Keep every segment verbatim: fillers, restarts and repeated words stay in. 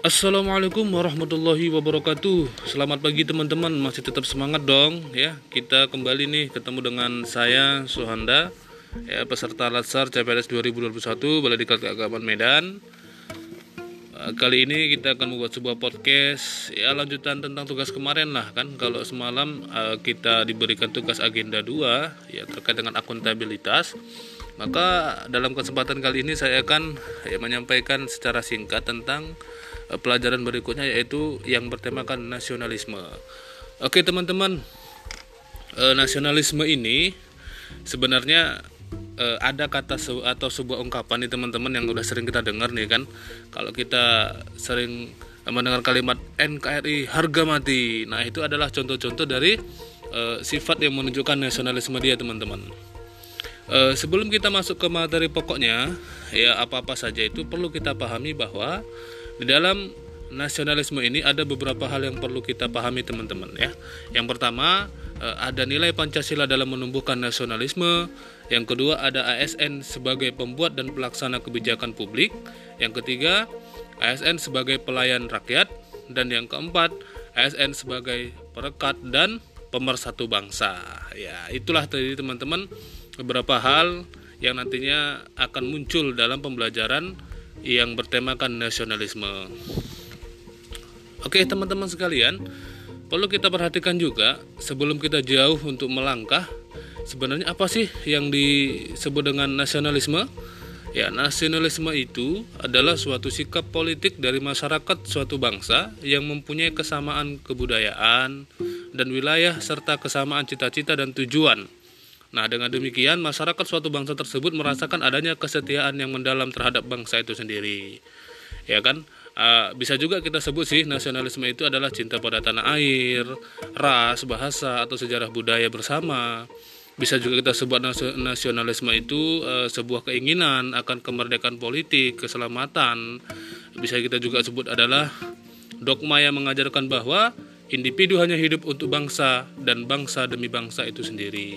Assalamualaikum warahmatullahi wabarakatuh. Selamat pagi teman-teman, masih tetap semangat dong ya. Kita kembali nih ketemu dengan saya Suhanda ya, peserta Latsar C P N S dua ribu dua puluh satu Balai Diklat Keagamaan Medan. Kali ini kita akan membuat sebuah podcast ya, lanjutan tentang tugas kemarin lah kan. Kalau semalam kita diberikan tugas agenda dua ya terkait dengan akuntabilitas, maka dalam kesempatan kali ini saya akan ya, menyampaikan secara singkat tentang pelajaran berikutnya, yaitu yang bertemakan nasionalisme. Oke teman-teman, e, nasionalisme ini sebenarnya e, ada kata se- atau sebuah ungkapan nih teman-teman yang udah sering kita dengar nih kan. Kalau kita sering mendengar kalimat N K R I harga mati, nah itu adalah contoh-contoh dari e, sifat yang menunjukkan nasionalisme dia teman-teman. E, sebelum kita masuk ke materi pokoknya, ya apa-apa saja itu perlu kita pahami bahwa di dalam nasionalisme ini ada beberapa hal yang perlu kita pahami teman-teman ya. Yang pertama, ada nilai Pancasila dalam menumbuhkan nasionalisme. Yang kedua, ada A S N sebagai pembuat dan pelaksana kebijakan publik. Yang ketiga, A S N sebagai pelayan rakyat. Dan yang keempat, A S N sebagai perekat dan pemersatu bangsa. Ya, itulah tadi teman-teman beberapa hal yang nantinya akan muncul dalam pembelajaran yang bertemakan nasionalisme. Oke teman-teman sekalian, perlu kita perhatikan juga sebelum kita jauh untuk melangkah, sebenarnya apa sih yang disebut dengan nasionalisme? Ya, nasionalisme itu adalah suatu sikap politik dari masyarakat suatu bangsa yang mempunyai kesamaan kebudayaan dan wilayah serta kesamaan cita-cita dan tujuan. Nah, dengan demikian masyarakat suatu bangsa tersebut merasakan adanya kesetiaan yang mendalam terhadap bangsa itu sendiri. Ya kan? Uh, bisa juga kita sebut sih nasionalisme itu adalah cinta pada tanah air, ras, bahasa atau sejarah budaya bersama. Bisa juga kita sebut nasionalisme itu uh, sebuah keinginan akan kemerdekaan politik, keselamatan. Bisa kita juga sebut adalah dogma yang mengajarkan bahwa individu hanya hidup untuk bangsa dan bangsa demi bangsa itu sendiri.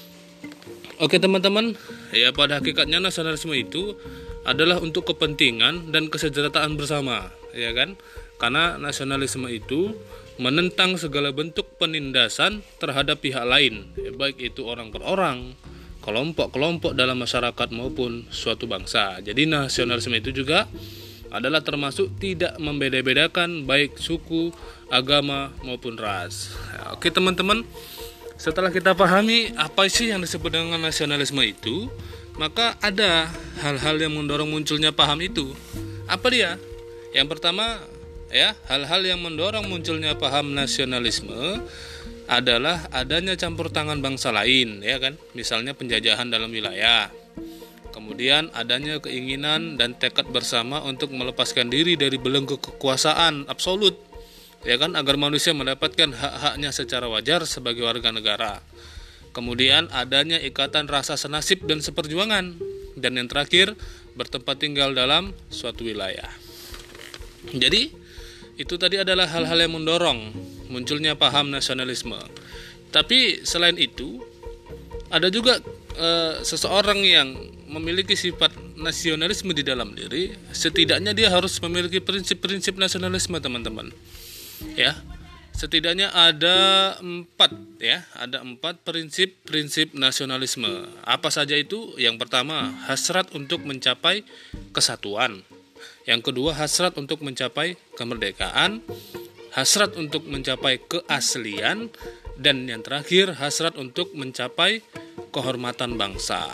Oke teman-teman, ya pada hakikatnya nasionalisme itu adalah untuk kepentingan dan kesejahteraan bersama, ya kan? Karena nasionalisme itu menentang segala bentuk penindasan terhadap pihak lain, ya, baik itu orang per orang, kelompok-kelompok dalam masyarakat maupun suatu bangsa. Jadi nasionalisme itu juga adalah termasuk tidak membeda-bedakan baik suku, agama maupun ras. Ya, oke teman-teman. Setelah kita pahami apa sih yang disebut dengan nasionalisme itu, maka ada hal-hal yang mendorong munculnya paham itu. Apa dia? Yang pertama, ya, hal-hal yang mendorong munculnya paham nasionalisme adalah adanya campur tangan bangsa lain, ya kan? Misalnya penjajahan dalam wilayah. Kemudian adanya keinginan dan tekad bersama untuk melepaskan diri dari belenggu kekuasaan absolut, ya kan, agar manusia mendapatkan hak-haknya secara wajar sebagai warga negara. Kemudian adanya ikatan rasa senasib dan seperjuangan. Dan yang terakhir, bertempat tinggal dalam suatu wilayah. Jadi itu tadi adalah hal-hal yang mendorong munculnya paham nasionalisme. Tapi selain itu, ada juga e, seseorang yang memiliki sifat nasionalisme di dalam diri. Setidaknya dia harus memiliki prinsip-prinsip nasionalisme teman-teman. Ya, setidaknya ada empat ya, ada empat prinsip-prinsip nasionalisme. Apa saja itu? Yang pertama, hasrat untuk mencapai kesatuan. Yang kedua, hasrat untuk mencapai kemerdekaan, hasrat untuk mencapai keaslian, dan yang terakhir, hasrat untuk mencapai kehormatan bangsa.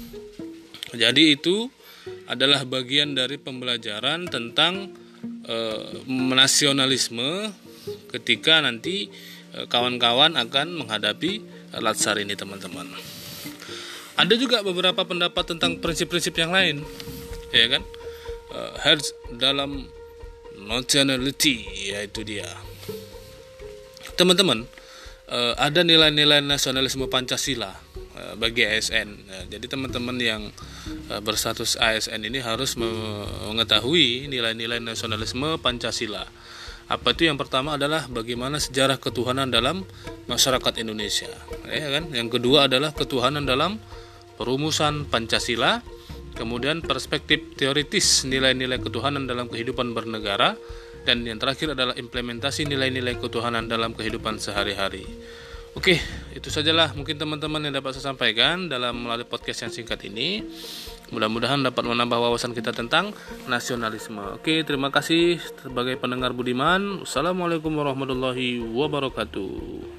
Jadi itu adalah bagian dari pembelajaran tentang E, nasionalisme ketika nanti e, kawan-kawan akan menghadapi e, Latsar ini teman-teman. Ada juga beberapa pendapat tentang prinsip-prinsip yang lain, ya kan? E, harus dalam nationality, yaitu dia. Teman-teman, e, ada nilai-nilai nasionalisme Pancasila e, bagi A S N. E, jadi teman-teman yang berstatus A S N ini harus mengetahui nilai-nilai nasionalisme Pancasila. Apa itu? Yang pertama adalah bagaimana sejarah ketuhanan dalam masyarakat Indonesia, ya kan? Yang kedua adalah ketuhanan dalam perumusan Pancasila. Kemudian perspektif teoritis nilai-nilai ketuhanan dalam kehidupan bernegara. dan yang terakhir adalah implementasi nilai-nilai ketuhanan dalam kehidupan sehari-hari. Oke, itu sajalah mungkin teman-teman yang dapat saya sampaikan dalam melalui podcast yang singkat ini. Mudah-mudahan dapat menambah wawasan kita tentang nasionalisme. Oke, terima kasih sebagai pendengar budiman. Wassalamualaikum warahmatullahi wabarakatuh.